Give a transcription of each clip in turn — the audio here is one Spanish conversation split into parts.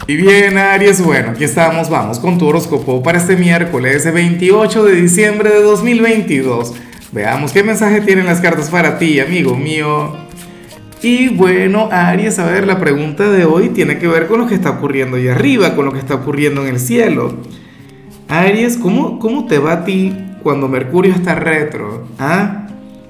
Y bien, Aries, bueno, aquí estamos, vamos con tu horóscopo para este miércoles 28 de diciembre de 2022. Veamos qué mensaje tienen las cartas para ti, amigo mío. Y bueno, Aries, a ver, la pregunta de hoy tiene que ver con lo que está ocurriendo ahí arriba, con lo que está ocurriendo en el cielo. Aries, ¿cómo te va a ti cuando Mercurio está retro? ¿Ah?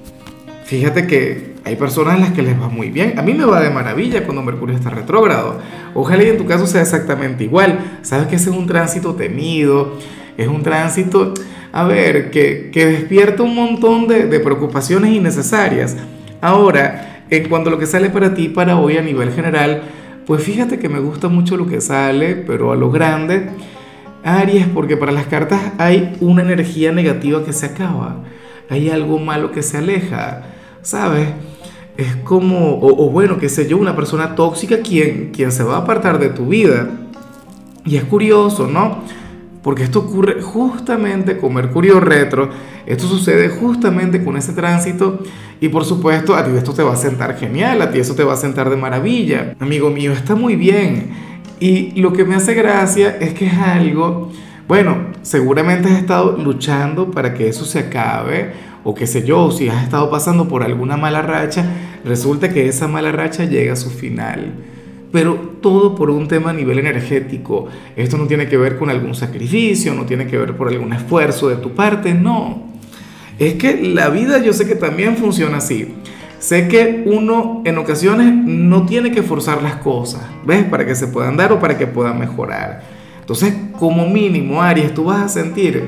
Fíjate que hay personas a las que les va muy bien. A mí me va de maravilla cuando Mercurio está retrógrado. Ojalá y en tu caso sea exactamente igual. Sabes que ese es un tránsito temido. Es un tránsito, a ver, que despierta un montón de preocupaciones innecesarias. Ahora, en cuanto a lo que sale para ti para hoy a nivel general, pues fíjate que me gusta mucho lo que sale, pero a lo grande, Aries, porque para las cartas hay una energía negativa que se acaba. Hay algo malo que se aleja. ¿Sabes? Es como, o bueno, qué sé yo, una persona tóxica quien se va a apartar de tu vida. Y es curioso, ¿no? Porque esto ocurre justamente con Mercurio retro, esto sucede justamente con ese tránsito y por supuesto a ti esto te va a sentar genial, a ti eso te va a sentar de maravilla. Amigo mío, está muy bien. Y lo que me hace gracia es que es algo, bueno, seguramente has estado luchando para que eso se acabe o qué sé yo, si has estado pasando por alguna mala racha, resulta que esa mala racha llega a su final. Pero todo por un tema a nivel energético. Esto no tiene que ver con algún sacrificio, no tiene que ver por algún esfuerzo de tu parte, no. Es que la vida yo sé que también funciona así. Sé que uno en ocasiones no tiene que forzar las cosas, ¿ves? Para que se puedan dar o para que puedan mejorar. Entonces, como mínimo, Aries, tú vas a sentir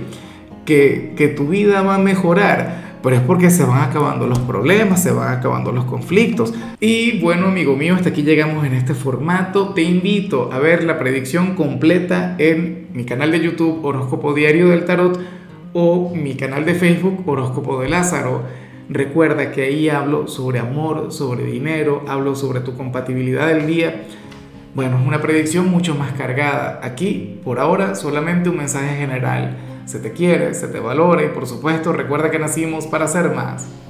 que tu vida va a mejorar, pero es porque se van acabando los problemas, se van acabando los conflictos. Y bueno, amigo mío, hasta aquí llegamos en este formato. Te invito a ver la predicción completa en mi canal de YouTube Horóscopo Diario del Tarot o mi canal de Facebook Horóscopo de Lázaro. Recuerda que ahí hablo sobre amor, sobre dinero, hablo sobre tu compatibilidad del día. Bueno, es una predicción mucho más cargada. Aquí, por ahora, solamente un mensaje general. Se te quiere, se te valora y por supuesto recuerda que nacimos para ser más.